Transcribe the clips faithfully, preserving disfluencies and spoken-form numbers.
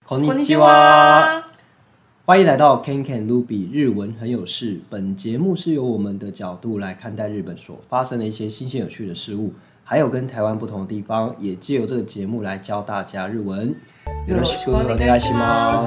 こんにちは，欢迎来到 Ken Ken Ruby 日文很有事。本节目是由我们的角度来看待日本所发生的一些新鲜有趣的事物，还有跟台湾不同的地方，也借由这个节目来教大家日文。よろしくお願いします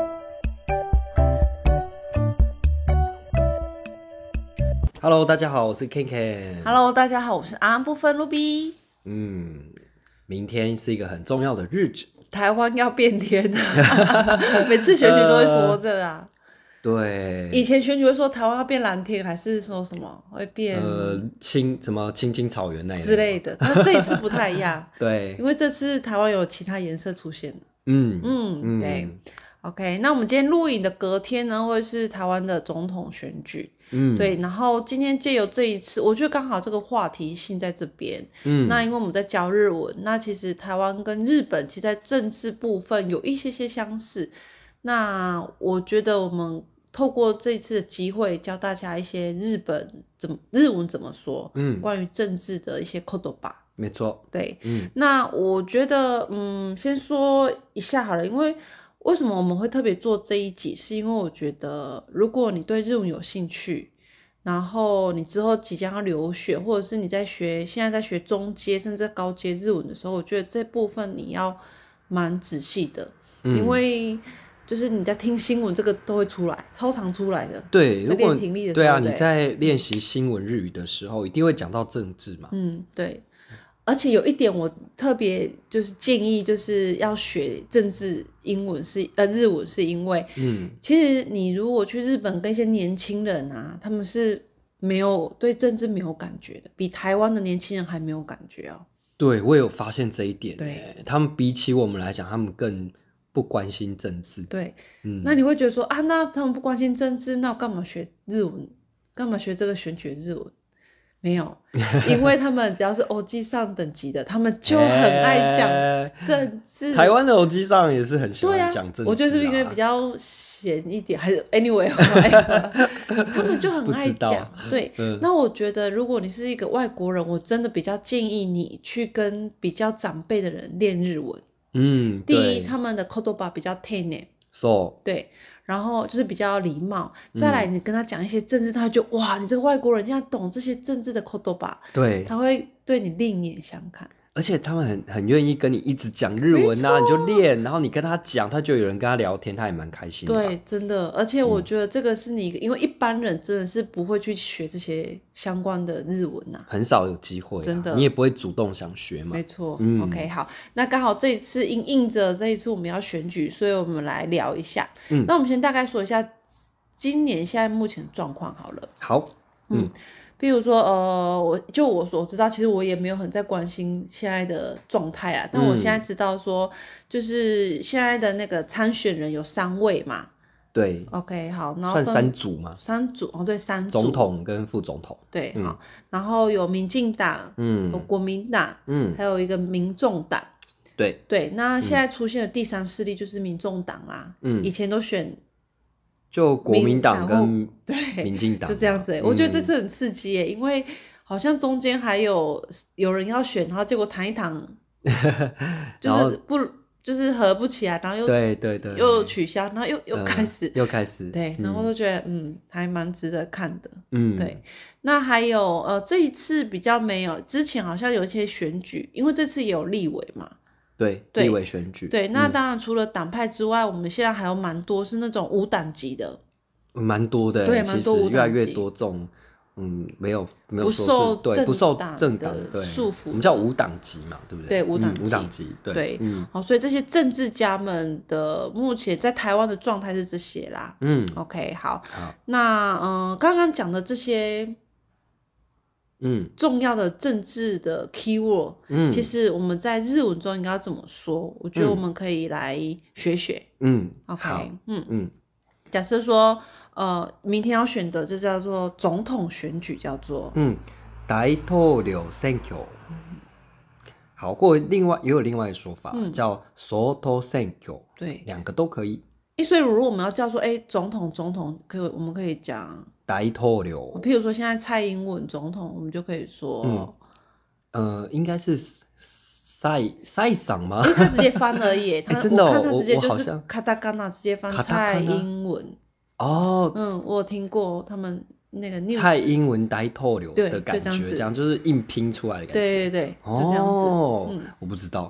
。Hello， 大家好，我是 Ken Ken。 Hello， 大家好，我是安不分 Ruby。 嗯，明天是一个很重要的日子， 台湾要变天了，每次选举都会说这啊。 对， 以前选举会说台湾要变蓝天，还是说什么会变呃青什么青青草原那一类之类的？但这一次不太一样， 对， 因为这次台湾有其他颜色出现了。 嗯嗯，嗯对。OK， 那我们今天录影的隔天呢，会是台湾的总统选举。嗯，对。然后今天借由这一次，我觉得刚好这个话题性在这边。嗯，那因为我们在教日文，那其实台湾跟日本其实在政治部分有一些些相似。那我觉得我们透过这一次的机会，教大家一些日本怎么日文怎么说，嗯，关于政治的一些言葉。 没错， 对。嗯，那我觉得，嗯，先说一下好了，因为。为什么我们会特别做这一集？是因为我觉得，如果你对日文有兴趣，然后你之后即将要留学，或者是你在学现在在学中阶甚至高阶日文的时候，我觉得这部分你要蛮仔细的，嗯、因为就是你在听新闻，这个都会出来，超常出来的。 对，如果听力的时候， 对啊，你在练习新闻日语的时候，一定会讲到政治嘛。 嗯，对。而且有一点我特别就是建议，就是要学政治英文是呃日文，是因为，嗯，其实你如果去日本跟一些年轻人啊，他们是没有对政治没有感觉的，比台湾的年轻人还没有感觉哦。 对，我有发现这一点， 对， 他们比起我们来讲，他们更不关心政治。 对，嗯，那你会觉得说啊，那他们不关心政治，那我干嘛学日文？干嘛学这个选举日文？没有，因为他们只要是欧基上等级的，他们就很爱讲政治。 台湾的欧基上也是很喜欢讲政治、啊。 我觉得是不是因为比较闲一点，还是 anyway， 他们就很爱讲。对、嗯，那我觉得如果你是一个外国人，我真的比较建议你去跟比较长辈的人练日文。嗯，第一，他们的言葉比较丁寧。 So， 对。然后就是比较礼貌，再来你跟他讲一些政治，嗯、他就哇，你这个外国人现在懂这些政治的言葉，对，他会对你另眼相看。 而且他们很很愿意跟你一直讲日文啊，你就练，然后你跟他讲，他就有人跟他聊天，他也蛮开心的。 对，真的，而且我觉得这个是你，嗯、因为一般人真的是不会去学这些相关的日文啊， 很少有机会、啊， 真的， 你也不会主动想学嘛。 没错、嗯、，OK， 好，那刚好这一次因应着这一次我们要选举，所以我们来聊一下。嗯，那我们先大概说一下今年现在目前的状况好了。 好，嗯。嗯比如说，呃，我就我所知道，其实我也没有很在关心现在的状态啊。但我现在知道说，就是现在的那个参选人有三位嘛。 对。 OK， 好，然后算三组嘛。 三组哦，对，三组。 总统跟副总统。 对，嗯、好，然后有民进党，嗯，有国民党，嗯，还有一个民众党。 对。 对，那现在出现的第三势力就是民众党啦。嗯。以前都选。 就国民党跟民进党就这样子、欸嗯、我觉得这次很刺激耶、欸，因为好像中间还有有人要选，然后结果谈一谈就是不就是合不起来，然后又对对对又取消，然后又又开始、呃、 又开始对，然后就觉得 嗯, 嗯还蛮值得看的。嗯，对。那还有呃这一次比较没有，之前好像有一些选举，因为这次也有立委嘛。 对，立委选举。 对，那当然除了党派之外、嗯、我们现在还有蛮多是那种无党籍的， 蛮多的。 对， 其实越来越多这种嗯没有没有说不受对不受政党的束缚， 我们叫无党籍嘛，对不对？ 对，无党籍、 嗯、无党籍。对， 对嗯，好，所以这些政治家们的目前在台湾的状态是这些啦。嗯 ，OK， 好，好那嗯，刚刚讲的这些。嗯，重要的政治的 keyword，嗯，其实我们在日文中应该要怎么说？我觉得我们可以来学学。嗯 ，OK， 嗯嗯。假设说，呃，明天要选的就叫做总统选举，叫做嗯，大統領選挙。好，或另外也有另外一个说法、嗯、叫総統選挙。对，两个都可以。 欸、所以如果我们要叫说，哎、欸，总统总统，可以我们可以讲。 大統領， 譬如说现在蔡英文总统，我们就可以说， 嗯、呃，应该是上赛赛桑吗？ 因为他直接翻而已，他、 欸、真的、哦、 我看他直接就是我我好像卡达干纳直接翻蔡英文。 哦， 嗯，我有听过他们那个 news 蔡英文呆透流的感觉，这样就是硬拼出来的感觉。 对对对，就这样子。 哦， 嗯， 我不知道。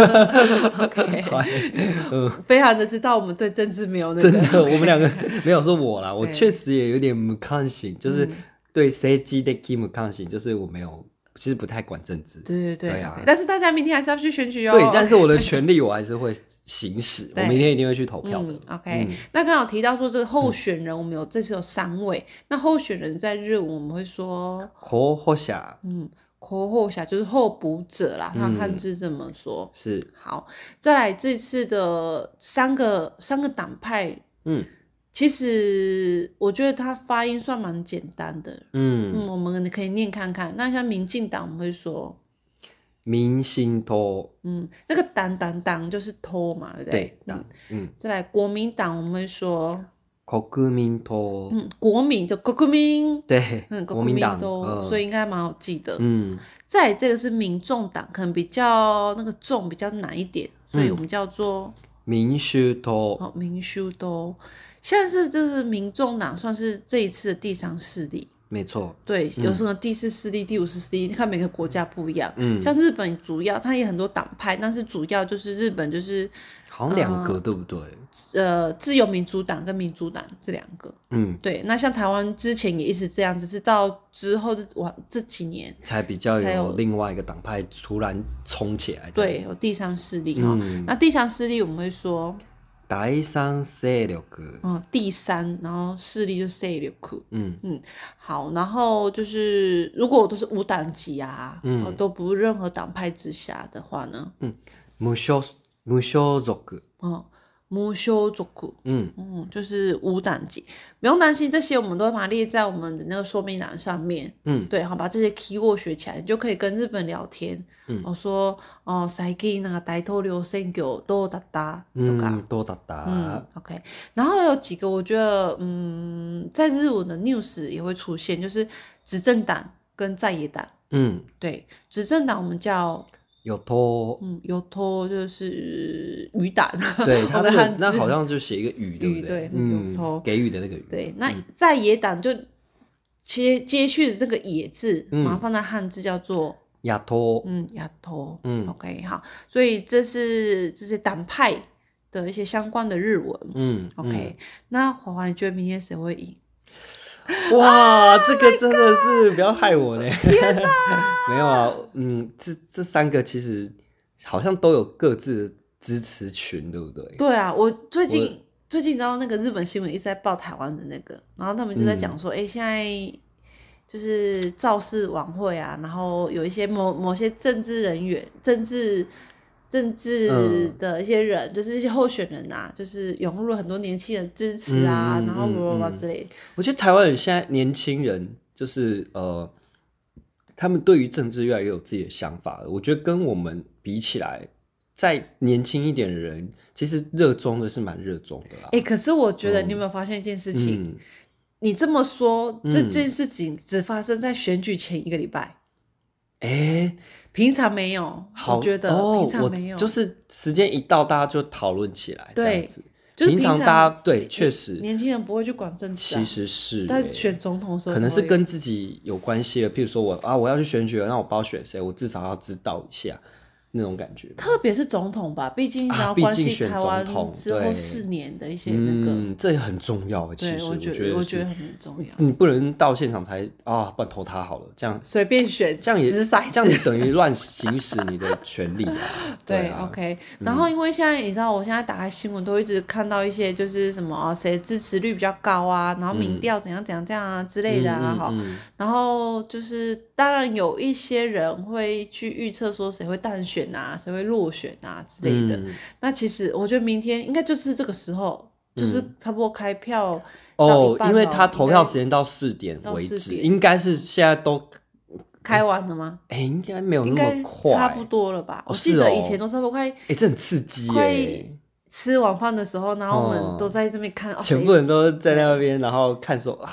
OK，嗯，非常的知道我们对政治没有那个。真的， okay 我们两个没有说我啦，我确实也有点不看行，就是对谁基的 Kim 看行，就是我没有。其实不太管政治， 对对对， 对啊。 okay, 但是大家明天还是要去选举哦。 对，但是我的权利我还是会行使，我明天一定会去投票的。 嗯、OK，、嗯、那刚好提到说这个候选人，我们有、嗯、这次有三位。那候选人在日文我们会说候補者， 嗯，候補者就是候补者啦，他汉字这么说。 嗯、是。 好，再来这次的三个三个党派，嗯。其实我觉得它发音算蛮简单的，嗯嗯，我们可以念看看。那像民进党我们会说民進黨， 嗯，那个党党党就是党嘛，对不对？ 对，党，嗯。 再来国民党我们会说国民黨， 嗯，国民就国民， 对， 嗯，国民党， 嗯、 所以应该蛮好记的， 嗯。 再来这个是民众党，可能比较那个众比较难一点，所以我们叫做民衆黨， 哦，民衆黨。现在是这是民众党算是这一次的第三势力， 没错。 对， 嗯、 有什么第四势力、第五势力，你看每个国家不一样。 嗯， 像日本主要它也很多党派，但是主要就是日本就是好像两个、呃、对不对？ 呃，自由民主党跟民主党这两个。嗯，对。那像台湾之前也一直这样子，是到之后这哇这几年才比较有另外一个党派突然冲起来。 对，有第三势力哈、嗯。那第三势力我们会说。 第三勢力， 嗯，第三，然後勢力就勢力，嗯嗯，好，然後就是如果都是無黨籍啊，嗯，都不任何黨派之下的話呢， 嗯，無所無所屬， 嗯，無所屬，嗯嗯，就是無黨籍，不用擔心，這些我們都會把它列在我們的那個說明欄上面，嗯，對，好，把這些 keyword 學起來，你就可以跟日本聊天。嗯、我說哦，最近那個大統領選挙どうだったとか， 嗯，どうだった， 嗯 ，OK。然後有幾個我覺得，嗯，在日文的 news 也會出現，就是執政黨跟在野黨。嗯，對，執政黨我們叫有托， 嗯，有托就是魚黨， 對，他那個那好像就寫一個魚，對不對？ 對，有托、 嗯、給予的那個魚。 對，那在野黨就接接續的這個野字，把它放在漢字叫做。 野黨， 嗯，野黨，嗯 ，OK， 好，所以這是這些黨派的一些相關的日文，嗯 ，OK，、嗯、那華華你覺得明天誰會贏？ 哇，這個真的是、oh、不要害我呢！ 天哪， 沒有啊，嗯，這這三個其實好像都有各自的支持群，對不對？ 對啊，我最近最近你知道那個日本新聞一直在報台灣的那個，然後他們就在講說，哎、嗯，現在。就是造勢晚會啊，然後有一些某某些政治人員、政治政治的一些人，嗯、就是一些候選人啊，就是湧入了很多年輕人支持啊，嗯、然後什麼之類的。 我覺得台灣人現在年輕人就是呃，他們對於政治越來越有自己的想法了。我覺得跟我們比起來，再年輕一點的人，其實熱衷的是蠻熱衷的啦。 哎、欸，可是我覺得你有沒有發現一件事情？嗯你這麼說，這件事情只發生在選舉前一個禮拜，哎、欸，平常沒有，我覺得、哦、平常沒有， 就是時間一到，大家就討論起來， 對， 這樣子， 就是平常大家對，確實， 年輕人不會去管政治、啊， 其實是， 但選總統的時候， 可能是跟自己有關係的，譬如說我啊，我要去選舉了，那我不知道選誰，我至少要知道一下。那種感覺，特別是總統吧，畢竟要關係台灣之後四年的一些那個， 嗯，這很重要。其實我覺得，我覺得很重要。 你不能到現場才啊，不然投他好了，這樣隨便選， 這樣也這樣你等於亂行使你的權利啊。 對， 對啊 ，OK。然後因為現在你知道，我現在打開新聞都一直看到一些就是什麼誰支持率比較高啊，然後民調怎樣怎樣這樣啊之類的啊，好、嗯嗯嗯，然後就是當然有一些人會去預測說誰會當選啊，誰會落選啊之類的、嗯。那其實我覺得明天應該就是這個時候，嗯、就是差不多開票到一半、哦、 因為他投票時間到四點為止，應該是現在都開完了嗎？ 哎、欸，應該沒有那麼快， 差不多了吧？ 哦、 我記得以前都差不多快，哎、 欸，這很刺激耶！ 快吃晚飯的時候，然後我們都在那邊看， 哦、全部人都在那邊，然後看說啊。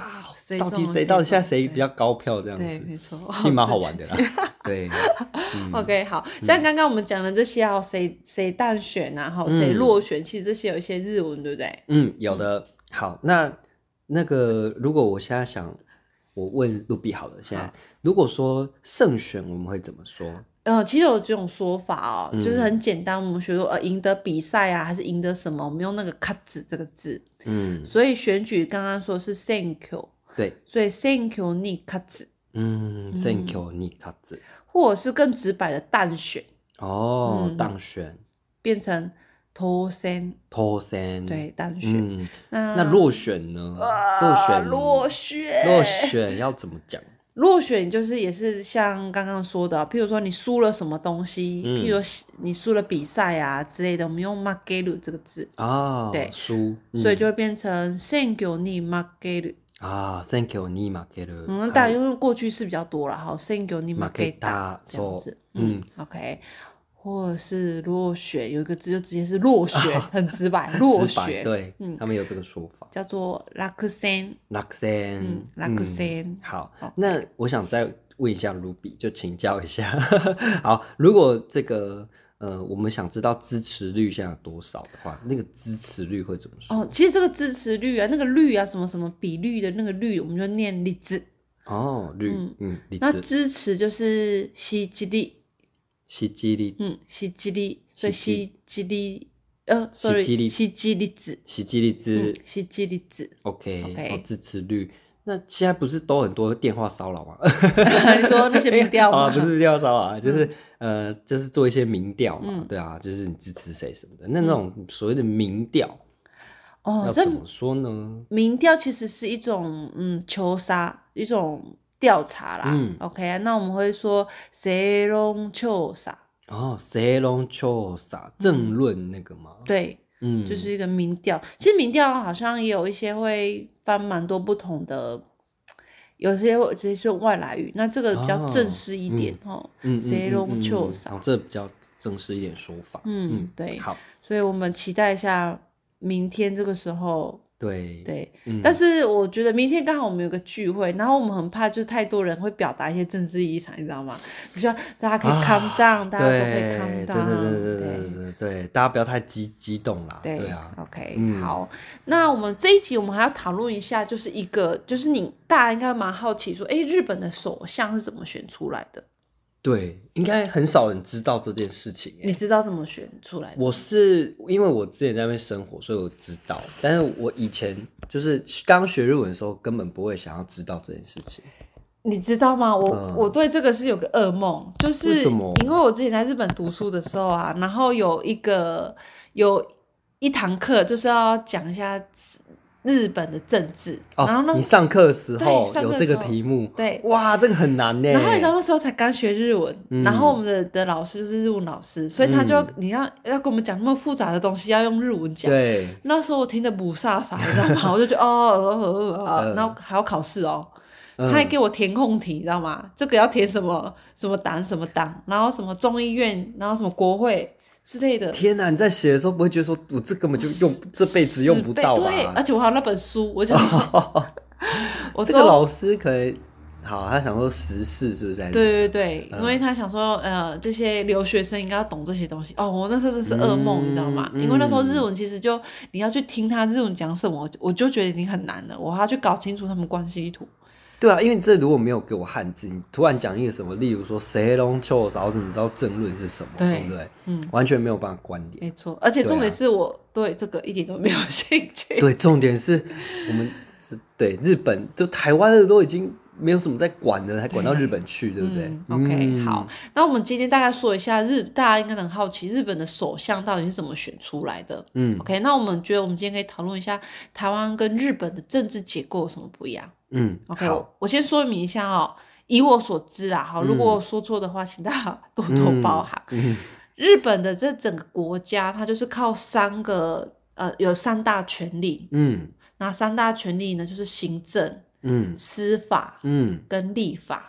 谁到底谁到底现在谁比较高票这样子？ 对，没错， 其实蛮好玩的啦。对、嗯、 ，OK， 好，像刚刚我们讲的这些，还有谁谁当选啊，还有谁落选，其实这些有一些日文，对不对？ 嗯，有的。嗯、好，那那个如果我现在想，我问露比好了，现在如果说胜选，我们会怎么说？ 呃，其实有这种说法哦，嗯、就是很简单，我们学说呃赢得比赛啊，还是赢得什么，我们用那个“勝つ”这个字，嗯，所以选举刚刚说是選挙，对，所以選挙に勝つ， 嗯，選挙に勝つ， 或者是更直白的当选， 哦，嗯、当选变成当選， 当選， 对，当选。嗯、 那那落选呢？啊、落选， 落选， 落選要怎么讲？ 落选就是也是像刚刚说的，譬如说你输了什么东西，嗯、譬如说你输了比赛啊之类的，我们用負ける这个字啊，对，输， 嗯、所以就会变成選挙に負ける啊，選挙に負ける。 嗯，当然因为過去式比較多啦，好，選挙に負けた這樣子，嗯 ，OK。或者是落選，有一個字就直接是落選，哦、很直白，落選， 對，嗯，他們有這個說法， 叫做落選， 落選， 嗯，落選、嗯。 好， okay. 那我想再問一下 Ruby， 就請教一下，好，如果這個呃，我們想知道支持率現在有多少的話，那個支持率會怎麼說？ 哦，其實這個支持率啊，那個率啊，什麼什麼比率的那個率，我們就念率字。 哦，率，嗯，嗯率字。 那支持就是支持率。 支持率， 嗯，支持率，所以支持率，呃，sorry，支持率子， 支持率子， 支持率子 ，OK， 哦，支持率。那现在不是都很多电话骚扰吗？ 你说那些民调吗？ 啊，不是电话骚扰啊，就是、嗯、呃，就是做一些民调嘛，嗯、对啊，就是你支持谁什么的，那那种所谓的民调，哦，要怎么说呢？ 民调其实是一种嗯求杀，一种。调查啦、嗯、，OK， 那我们会说世論調査哦，世論調査政論那個嗎？ 對，嗯，就是一個民調。其實民調好像也有一些會翻蠻多不同的，有些會直接是外來語，那這個比較正式一點哦。嗯，世論調査， 哦，這比較正式一點說法。 嗯，嗯對， 好， 所以我們期待一下明天這個時候。 对对、嗯，但是我覺得明天剛好我們有個聚會，然後我們很怕就是太多人會表達一些政治立場，你知道嗎？希望大家可以 calm down，、啊、大家都可以 calm down， 對對對對對對，大家不要太激激動啦。 對， 對啊 ，OK，、嗯、好，那我們這一集我們還要討論一下，就是一個就是你大家應該蠻好奇說，哎，日本的首相是怎麼選出來的？ 對，應該很少人知道這件事情。 你知道怎麼選出來的？ 我是因為我之前在那邊生活，所以我知道。但是我以前就是剛學日文的時候，根本不會想要知道這件事情。 你知道嗎？我、嗯、我對這個是有個噩夢，就是因為我之前在日本讀書的時候啊，然後有一個有一堂課就是要講一下日本的政治， 哦、 然後呢， 你上課的時候有這個題目， 對， 哇，這個很難呢。 然後你知道那時候才剛學日文，嗯、然後我們的的老師就是日文老師，所以他就、嗯、你要要跟我們講那麼複雜的東西，要用日文講。對，那時候我聽得不颯颯，你知道嗎？我就覺得哦，呃呃呃、然後還要考試哦、嗯，他還給我填空題，你知道嗎？這個要填什麼什麼黨什麼黨，然後什麼眾議院，然後什麼國會。之類的。 天哪！你在寫的時候不會覺得說，我這根本就用這輩子用不到吧？ 對，而且我還有那本書，我想說， 我說這個老師可能好，他想說時事是不是在？對對對，嗯、因為他想說，呃，這些留學生應該要懂這些東西。哦，我那時候真是噩夢、嗯，你知道嗎？因為那時候日文其實就你要去聽他日文講什麼，我就覺得已經很難了，我還要去搞清楚他們關係圖。 對啊，因為你這如果沒有給我漢字，你突然講一個什麼，例如說世論調査，我怎麼知道政論是什麼？對，對不對？嗯，完全沒有辦法關聯。 沒錯，而且重點是我對這個一點都沒有興趣。 對，重點是我們對日本就台灣的都已經沒有什麼在管了，還管到日本去，對，對不對、 嗯、？OK，、嗯、好，那我們今天大概說一下日，大家應該很好奇日本的首相到底是怎麼選出來的。嗯 ，OK， 那我們覺得我們今天可以討論一下台灣跟日本的政治結構有什麼不一樣。嗯 ，OK， 好，我先說明一下哦，以我所知啦，好，如果我說錯的話，嗯、請大家多多包涵、嗯嗯。日本的這整個國家，它就是靠三個呃，有三大權力，嗯，那三大權力呢，就是行政，嗯，司法，嗯，跟立法。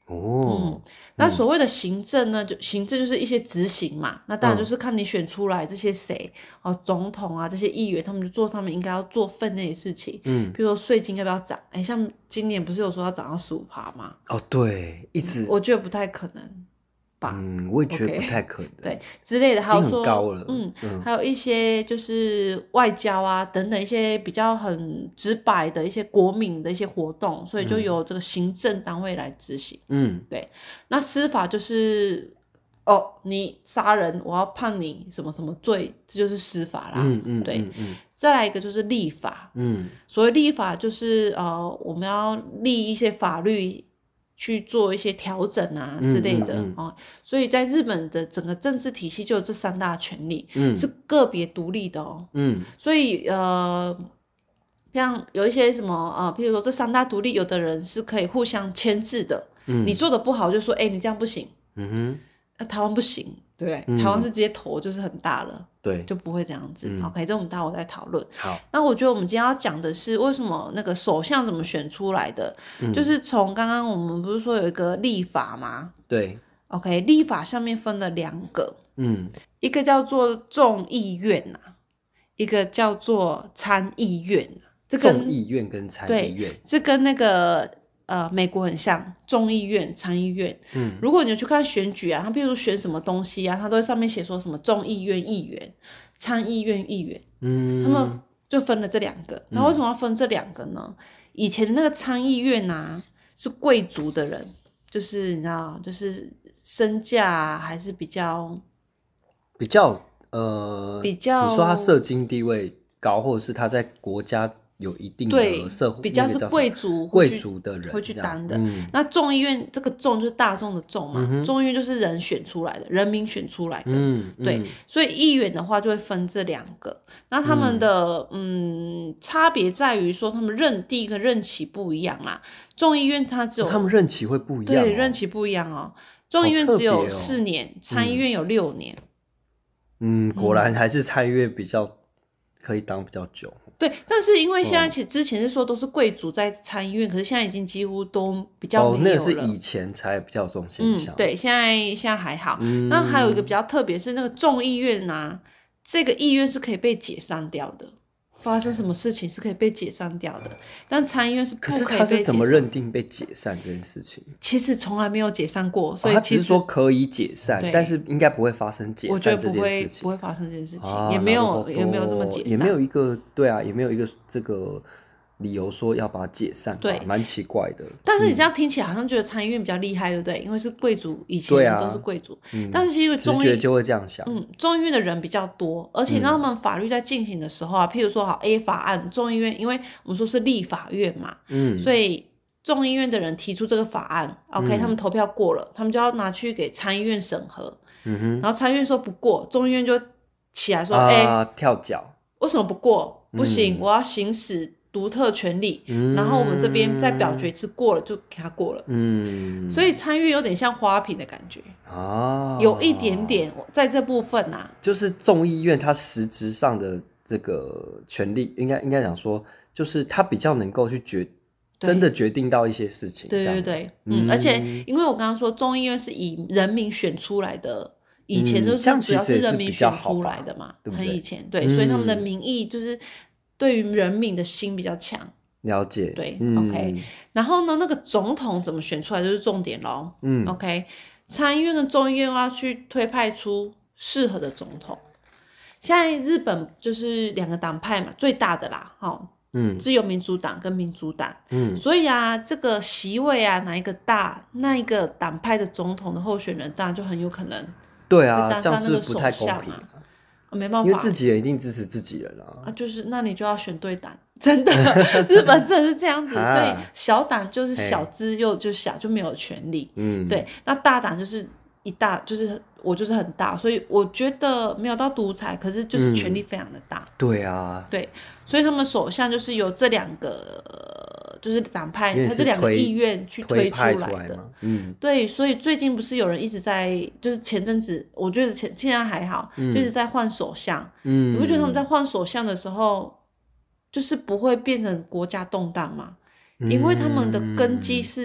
哦， 嗯，那所谓的行政呢，就行政就是一些执行嘛，那当然就是看你选出来这些谁、嗯、哦，总统啊这些议员，他们就做上面应该要做分内的事情，嗯，比如说税金要不要涨？哎，像今年不是有说要涨到十五趴吗？ 哦，对，一直、 嗯、我觉得不太可能。 嗯，我也觉得不太可能。 Okay, 对，之类的，还有说， 高了嗯，嗯还有一些就是外交啊等等一些比较很直白的一些国民的一些活动，所以就由这个行政单位来执行。嗯，对。那司法就是哦，你杀人，我要判你什么什么罪，这就是司法啦。嗯嗯，对。嗯嗯再来一个就是立法。嗯，所谓立法就是呃，我们要立一些法律。去做一些调整啊之类的、嗯嗯嗯哦、所以在日本的整个政治体系就有这三大权力、嗯、是个别独立的哦。嗯，所以呃，像有一些什么呃，譬如说这三大独立，有的人是可以互相牵制的。嗯，你做的不好就说，哎、欸，你这样不行。嗯哼，那、啊、台湾不行，对不对？嗯、台湾是直接头就是很大了。对，就不会这样子。嗯、OK， 这我们待会再讨论。好，那我觉得我们今天要讲的是为什么那个首相怎么选出来的，嗯、就是从刚刚我们不是说有一个立法吗？对 ，OK， 立法上面分了两个，嗯，一个叫做众议院呐、啊，一个叫做参议院、啊。这跟众议院跟参议院， 这跟那个。呃，美国很像众议院、参议院。嗯，如果你去看选举啊，他比如说选什么东西啊，他都在上面写说什么众议院议员、参议院议员。嗯，他们就分了这两个。然后为什么要分这两个呢？嗯、以前的那个参议院啊，是贵族的人，就是你知道，就是身价还是比较比较呃， 比较你说他社经地位高，或者是他在国家。有一定的社会， 比较是贵族贵族的人会去当的。嗯、那众议院这个众就是大众的众嘛，嗯、众议院就是人选出来的，人民选出来的。嗯，对，嗯、所以议员的话就会分这两个。那他们的 嗯, 嗯差别在于说，他们任第一个任期不一样啦。众议院它只有、 哦、他们任期会不一样、哦， 对，任期不一样哦。众议院只有四年，哦、参议院有六年。 嗯，果然还是参议院比较可以当比较久。 对，但是因为现在其实之前是说都是贵族在参议院，哦、可是现在已经几乎都比较没有了。 哦，那个是以前才比较有这种现象。 嗯，对，现在现在还好。嗯、那还有一个比较特别是那个众议院啊，这个议院是可以被解散掉的，发生什么事情是可以被解散掉的，但参议院是不可以被解散。 可是他是怎么认定被解散这件事情？ 其实从来没有解散过，所以、 哦、他只是说可以解散，但是应该不会发生解散这件事情。 我觉得不会不会发生这件事情，啊、也没有也没有这么解散， 也没有一个对啊，也没有一个这个理由说要把它解散，对，蛮奇怪的。 但是你这样听起来好像觉得参议院比较厉害，对不对？因为是贵族，以前都是贵族，啊嗯、但是因为众议直觉就会这样想， 嗯，众议院的人比较多，而且他们法律在进行的时候啊，嗯、譬如说好 A 法案，众议院，因为我们说是立法院嘛，嗯，所以众议院的人提出这个法案 ，OK，、嗯、他们投票过了，他们就要拿去给参议院审核，嗯哼，然后参议院说不过，众议院就起来说，哎、 呃，跳脚， 为什么不过？不行，嗯、我要行使独特权利，嗯、然后我们这边再表决一次过了就给他过了，嗯，所以参议院有点像花瓶的感觉啊，有一点点在这部分啊， 就是众议院它实质上的这个权利，应该应该讲说，就是它比较能够去决真的决定到一些事情， 对对对，嗯，嗯而且因为我刚刚说众议院是以人民选出来的。以前就是主要是人民选出来的嘛，嗯、很以前对、嗯，所以他们的民意就是对于人民的心比较强。 了解， 对、嗯、，OK。然后呢，那个总统怎么选出来就是重点咯。嗯 ，OK。参议院跟众议院要去推派出适合的总统。现在日本就是两个党派嘛，最大的啦，齁。嗯，自由民主党跟民主党，嗯，所以啊，这个席位啊，哪一个大，那一个党派的总统的候选人，当然就很有可能。 对啊，这样是不太公平、啊哦、没办法， 因为自己人一定支持自己人啊。 啊，就是那你就要选对党，真的，日本真的是这样子，所以小党就是小资又就小，就没有权利。嗯，对，那大党就是一大，就是我就是很大，所以我觉得没有到独裁，可是就是权力非常的大。嗯、 对啊， 对，所以他们首相就是有这两个。就是党派，他这两个议院去推出来的，嗯，对，所以最近不是有人一直在，就是前阵子，我觉得前现在还好，嗯、就是在换首相，嗯，你不觉得他们在换首相的时候，就是不会变成国家动荡吗？嗯、因为他们的根基是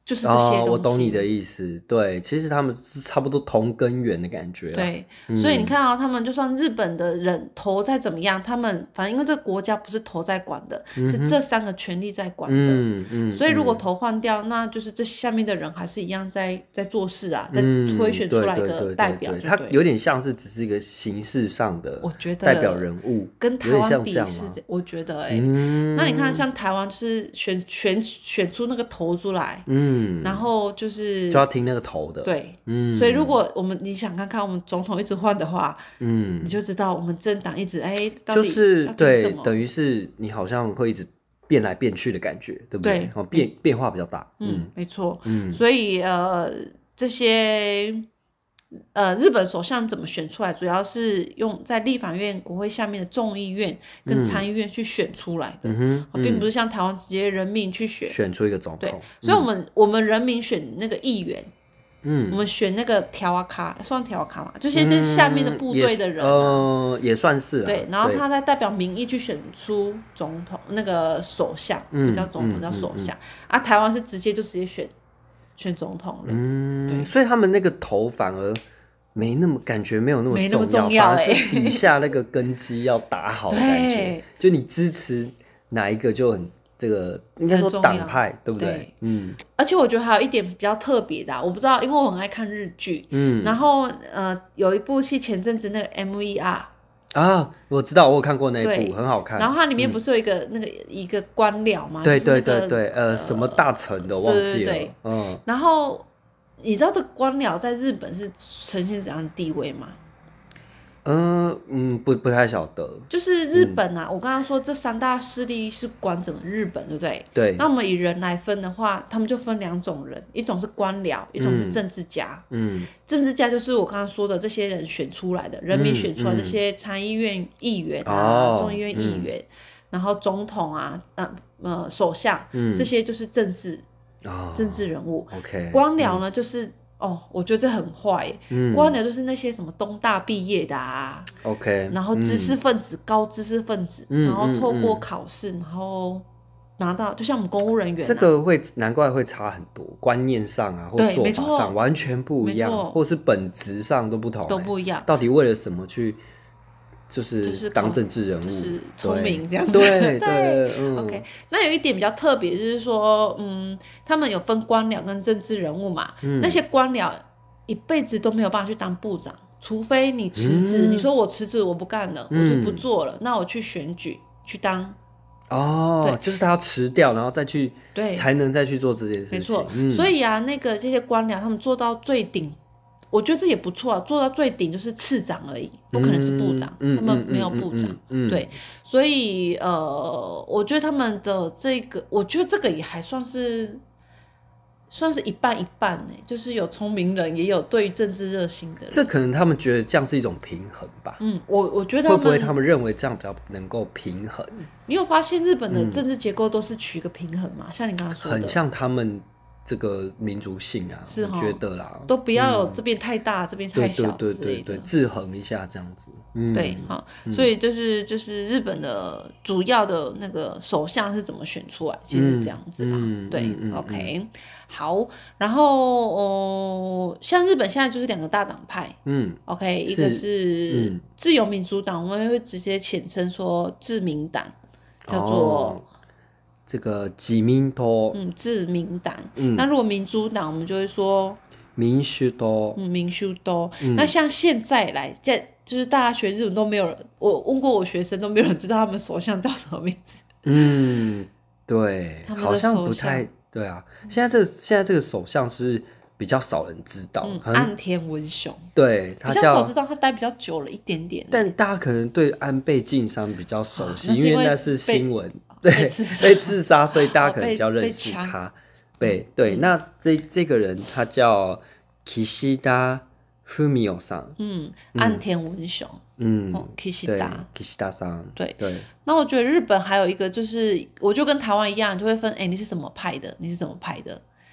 就是这些东西、 哦。我懂你的意思，对，其实他们是差不多同根源的感觉啦。 对，嗯、所以你看啊，他们就算日本的人头再怎么样，他们反正因为这个国家不是头在管的，嗯、是这三个权力在管的。嗯嗯。所以如果头换掉，那就是这下面的人还是一样在在做事啊，在推选出来一个代表就对。 他有点像是只是一个形式上的， 我觉得代表人物， 跟台湾比是，我觉得哎、欸嗯，那你看像台湾就是选选选出那个头出来，嗯，然后就是就要听那个头的， 对，嗯，所以如果我们你想看看我们总统一直换的话，嗯，你就知道我们政党一直哎、欸，到底就是对，等于是你好像会一直变来变去的感觉，对不对？对，哦、变变化比较大， 嗯，嗯没错，嗯，所以呃这些。呃，日本首相怎么选出来？主要是用在立法院、国会下面的众议院跟参议院去选出来的，嗯嗯、并不是像台湾直接人民去选， 选出一个总统。 对，所以我们、嗯、我们人民选那个议员，嗯，我们选那个条啊卡，算条啊卡嘛，就现在下面的部队的人、啊， 嗯、呃，也算是啦。 对，然后他再代表民意去选出总统，那个首相，不叫总统，叫首相、嗯嗯嗯、啊。台湾是直接就直接选。选总统了，嗯，对， 所以他们那个头反而没那么感觉没有那么重要， 没那么重要、欸， 反而是底下那个根基要打好的感觉，就你支持哪一个就很这个应该说党派，对不对？对，嗯。 而且我觉得还有一点比较特别的、啊，我不知道，因为我很爱看日剧，嗯，然后呃有一部戏前阵子那个 M V R。 啊，我知道，我有看过那一部，很好看。 然后它里面不是有一个、嗯、那个一个官僚吗？ 对对对对对，呃，呃什么大臣的忘记了。对对对嗯。然后你知道这个官僚在日本是呈现怎样的地位吗？ 嗯嗯，不不太晓得。 就是日本啊，嗯、我刚刚说这三大势力是管整个日本，对不对？ 对。 那我们以人来分的话，他们就分两种人，一种是官僚，一种是政治家。嗯。政治家就是我刚刚说的这些人选出来的，人民选出来的这些参议院议员啊、众、嗯、议院议员、嗯，然后总统啊、呃呃首相、嗯，这些就是政治、哦、政治人物。 OK。 官僚呢，嗯、就是。哦，我觉得这很坏、嗯，官僚就是那些什么东大毕业的啊 ，OK， 然后知识分子、嗯、高知识分子，嗯、然后透过考试、嗯，然后拿到，就像我们公务人员、啊， 这个会难怪会差很多，观念上啊，或做法上完全不一样，或是本质上都不同、欸， 都不一样， 到底为了什么去？就是当政治人物， 就是聪明这样子。 对对对、嗯、 ，OK。那有一点比较特别，就是说，嗯，他们有分官僚跟政治人物嘛。嗯、那些官僚一辈子都没有办法去当部长，除非你辞职、嗯，你说我辞职，我不干了、嗯，我就不做了，那我去选举去当。 哦，对，就是他要辞掉，然后再去，对，才能再去做这件事情。 没错、 嗯， 所以啊，那个这些官僚他们做到最顶。我觉得这也不错啊，做到最顶就是次长而已，不可能是部长，嗯、他们没有部长，嗯嗯嗯、对，所以呃，我觉得他们的这个，我觉得这个也还算是算是一半一半呢，就是有聪明人，也有对于政治热心的人。 这可能他们觉得这样是一种平衡吧？ 嗯，我我觉得他们会不会他们认为这样比较能够平衡？ 你有发现日本的政治结构都是取个平衡吗？嗯、像你刚刚说的， 很像他们。这个民族性啊，是我觉得啦， 都不要有这边太大，嗯、这边太小之类的，对对对对， 制衡一下这样子。 嗯、对，好、嗯，所以就是就是日本的主要的那个首相是怎么选出来，其实是这样子啦。嗯、对、嗯、，OK，、嗯、好，然后哦，像日本现在就是两个大党派，嗯 ，OK， 一个是自由民主党，我们会直接简称说自民党，叫做。哦这个自民党， 嗯，自民党、嗯。那如果民主党，我们就会说民主党， 嗯，民主党、嗯。那像现在来，在就是大家学日文都没有人，我问过我学生都没有人知道他们首相叫什么名字。 嗯，对，好像不太对啊。现在这个现在这个首相是比较少人知道， 嗯、岸田文雄， 对，他比较少知道，他待比较久了一点点。 但大家可能对安倍晋三比较熟悉，啊、因为那是新闻。对，被刺杀，所以大家可能比较认識他。被对、嗯，那这这个人他叫岸田文雄さん， 嗯，岸田文雄，嗯，哦、岸田， 岸田さん， 对对。 那我觉得日本还有一个就是，我就跟台湾一样，就会分，哎、欸，你是什么派的？你是什么派的？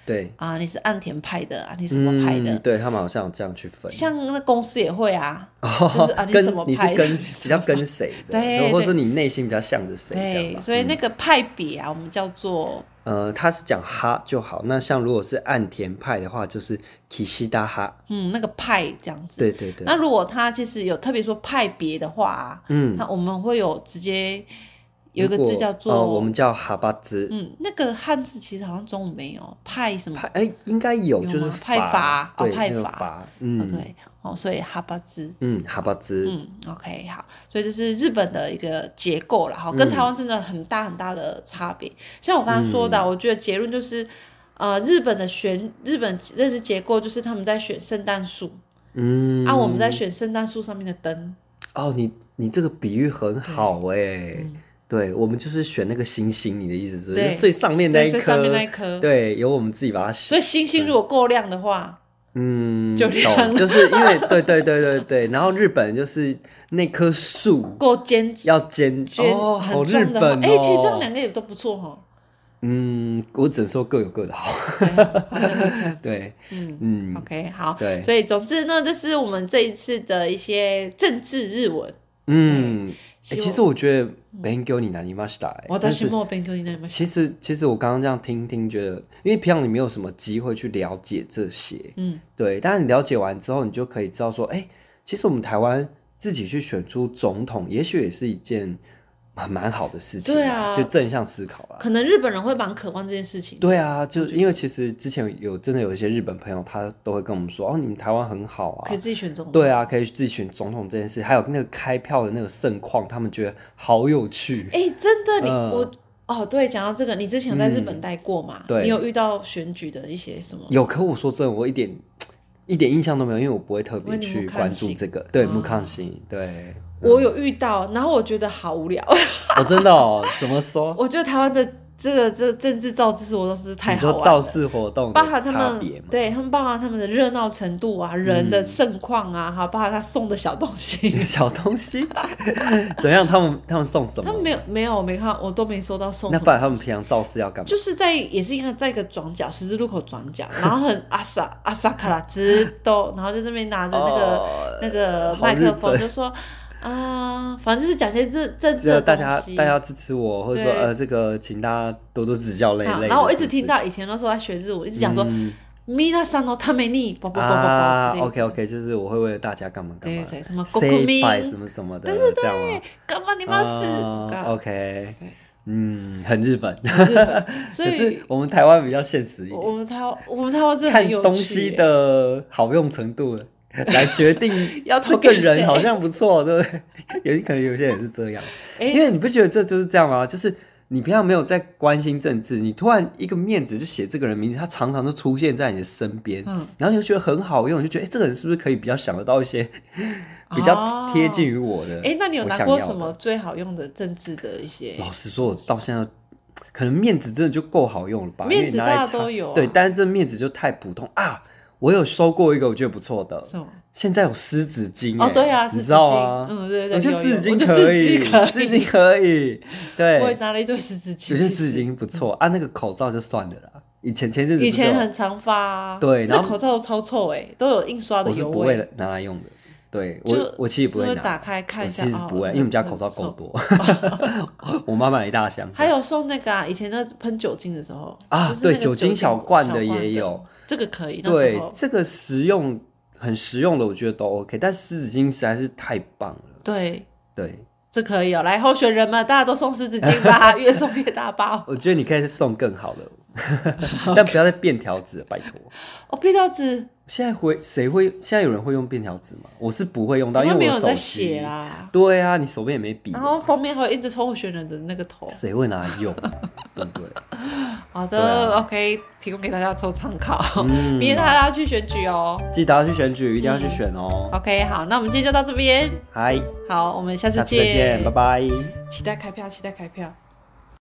对啊，你是岸田派的啊，你什么派的？ 嗯、对他们好像有这样去分。 像那公司也会啊， 哦、 就是啊，你什么派的？ 你是跟比较跟谁的？ 对， 或者说你内心比较向着谁？ 对，所以那个派别啊，我们叫做。 呃，他是讲哈就好。那像如果是岸田派的话，就是Kishida哈， 嗯，那个派这样子。 对对对。 那如果他其实有特别说派别的话、啊，嗯，那我们会有直接有一个字叫做， 呃、我们叫哈巴兹。 嗯，那个汉字其实好像中文没有派什么派，哎、欸，应该有，有就是派阀， 对， 哦，派阀， 那個阀，嗯， 哦，对。哦，所以哈巴兹， 嗯，哈巴兹， 嗯 ，OK， 好，所以这是日本的一个结构啦，哈，跟台湾真的很大很大的差别。嗯、像我刚刚说的、嗯，我觉得结论就是，呃，日本的选日本认知结构就是他们在选圣诞树，嗯，啊，我们在选圣诞树上面的灯。 哦，你你这个比喻很好哎、欸嗯，对，我们就是选那个星星，你的意思是不是？最上面那一颗， 最上面那一颗， 对，由我们自己把它选。 所以星星如果够亮的话。 嗯， 就亮， 就是因为对对对对对，然后日本就是那棵树够尖， 要尖哦，好日本哦。 哎、欸，其实这样两个也都不错哈。 嗯，我只能说各有各的好。对， 嗯嗯 ，OK， 好， 对， 所以总之呢，这是我们这一次的一些政治日文。 嗯，欸、其实我觉得勉強になりました。 我私も勉強になりました。 其实，其实我刚刚这样听听，觉得，因为平常你没有什么机会去了解这些，嗯，对。但是你了解完之后，你就可以知道说，哎、欸，其实我们台湾自己去选出总统，也许也是一件蛮好的事情。 对啊， 就正向思考啦。 可能日本人会蛮渴望这件事情。 对啊，就因为其实之前有真的有一些日本朋友，他都会跟我们说，哦，你们台湾很好啊， 可以自己选总统。 对啊，可以自己选总统这件事，还有那个开票的那个盛况，他们觉得好有趣。 哎、欸，真的，你、 嗯、 我哦，对，讲到这个，你之前有在日本待过嘛、嗯？对，你有遇到选举的一些什么？ 有，可我说真的，我一点一点印象都没有，因为我不会特别去关注这个。对，木康行，对。 我有遇到，然后我觉得好无聊。 我、哦、真的哦？怎么说？ 我觉得台湾的这个这个政治造势活动是太好玩了。 你说造势活动的差别吗？包含他们对他们包含他们的热闹程度啊，人的盛况啊，哈、嗯，包含他送的小东西。 小东西？怎样？他们他们送什么？ 他们没有没有，我没看，我都没收到送什么。 那不然他们平常造势要干嘛？ 就是在也是应该在一个转角十字路口转角，然后很阿萨阿萨卡拉兹都，然后就这边拿着那个、哦、那个麦克风就说。啊，反正就是讲些政政治的东西， 大家大家支持我，或者说呃，这个请大家多多指教类类的。 然后我一直听到以前那时候在学日文，一直讲说米娜桑诺他没你，啵啵啵啵啵 OK OK， 就是我会为了大家干嘛干嘛， 对对，什么国民什么什么的， 对对对， 干嘛你妈死、 啊、？OK， 嗯，很日本， 很日本，所以可是我们台湾比较现实一点， 我们台湾我们台湾真的很有趣， 看东西的好用程度来决定要这个人好像不错，对不对？有可能有些人是这样、欸，因为你不觉得这就是这样吗？就是你平常没有在关心政治，你突然一个面子就写这个人名字，他常常都出现在你的身边、嗯，然后你就觉得很好用，你就觉得哎、欸，这个人是不是可以比较想得到一些比较贴近于我的？哎、 哦欸，那你有拿过什么最好用的政治的一些？ 老实说，我到现在可能面子真的就够好用了吧？ 面子大家都有、啊， 对，但是这面子就太普通啊。我有收过一个我觉得不错的，现在有湿纸巾、欸、 哦，对啊， 你知道吗？ 嗯，对对， 我觉得湿纸巾可以，湿纸巾可以，对， 我也拿了一堆湿纸巾， 有些湿纸巾不错、嗯、啊，那个口罩就算了啦。以前前阵子以前很常发、啊， 对，然后那口罩都超臭哎、欸，都有印刷的油味。 我是不会拿来用的，对我我其实也不会拿， 会打开看一下， 我其实不会，因为我们家口罩够多，我妈买一大箱。 还有送那个啊，以前那喷酒精的时候啊， 就是、 对，酒精小罐的也有。 这个可以， 对，这个实用很实用的，我觉得都 OK。但湿纸巾实在是太棒了。 对对， 这可以哦。来，候选人们，大家都送湿纸巾吧，越送越大包。 我觉得你可以送更好的，但不要再便条纸，拜托。 哦，便条纸。 现在会谁会？现在有人会用便条纸吗？我是不会用到，因为我没有人在写啦。 对啊，你手边也没笔。 然后封面还有一直抽候选人的那个头， 谁会拿来用？对不对？ 好的、啊、，OK， 提供给大家做参考。嗯、明天大家要去选举哦， 记得要去选举，一定要去选哦。 嗯、OK， 好，那我们今天就到这边。 嗨， 好，我们下次见， 下次再见，拜拜。 期待开票，期待开票。